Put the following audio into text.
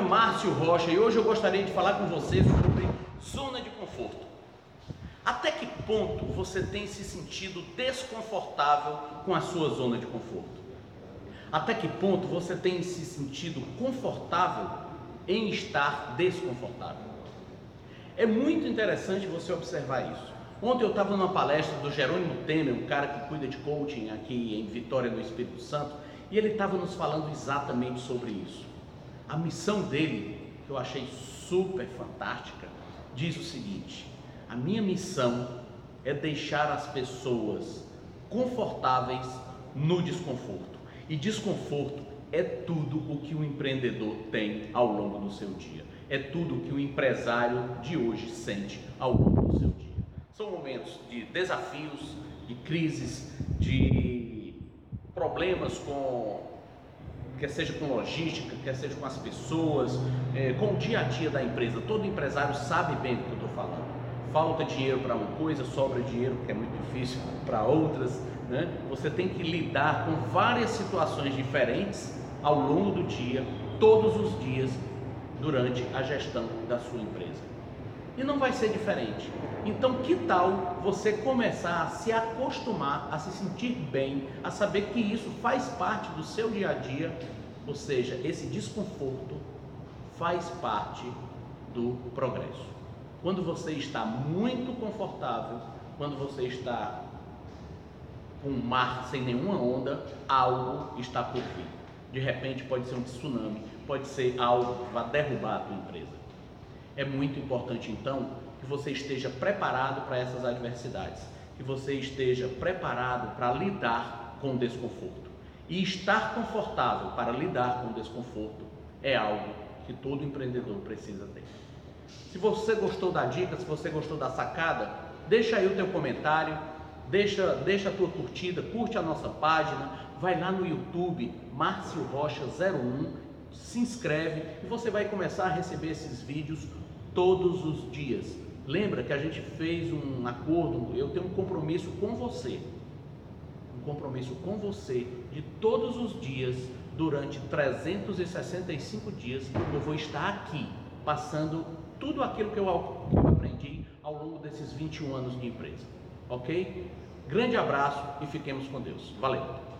Márcio Rocha e hoje eu gostaria de falar com você sobre zona de conforto. Até que ponto você tem se sentido desconfortável com a sua zona de conforto? Até que ponto você tem se sentido confortável em estar desconfortável? É muito interessante você observar isso. Ontem eu estava numa palestra do Jerônimo Temer, um cara que cuida de coaching aqui em Vitória, no Espírito Santo, e ele estava nos falando exatamente sobre isso. A missão dele, que eu achei super fantástica, diz o seguinte: a minha missão é deixar as pessoas confortáveis no desconforto. E desconforto é tudo o que o empreendedor tem ao longo do seu dia. É tudo o que o empresário de hoje sente ao longo do seu dia. São momentos de desafios, de crises, de problemas quer seja com logística, quer seja com as pessoas, com o dia a dia da empresa. Todo empresário sabe bem do que eu estou falando. Falta dinheiro para uma coisa, sobra dinheiro, que é muito difícil, para outras, né? Você tem que lidar com várias situações diferentes ao longo do dia, todos os dias, durante a gestão da sua empresa. E não vai ser diferente. Então, que tal você começar a se acostumar, a se sentir bem, a saber que isso faz parte do seu dia a dia, ou seja, esse desconforto faz parte do progresso. Quando você está muito confortável, quando você está com o mar sem nenhuma onda, algo está por vir. De repente pode ser um tsunami, pode ser algo que vai derrubar a tua empresa. É muito importante então que você esteja preparado para essas adversidades, que você esteja preparado para lidar com o desconforto. E estar confortável para lidar com o desconforto é algo que todo empreendedor precisa ter. Se você gostou da dica, se você gostou da sacada, deixa aí o teu comentário, deixa a tua curtida, curte a nossa página, vai lá no YouTube, Márcio Rocha 01, se inscreve e você vai começar a receber esses vídeos todos os dias. Lembra que a gente fez um acordo, eu tenho um compromisso com você, de todos os dias, durante 365 dias, eu vou estar aqui, passando tudo aquilo que eu aprendi ao longo desses 21 anos de empresa, ok? Grande abraço e fiquemos com Deus. Valeu!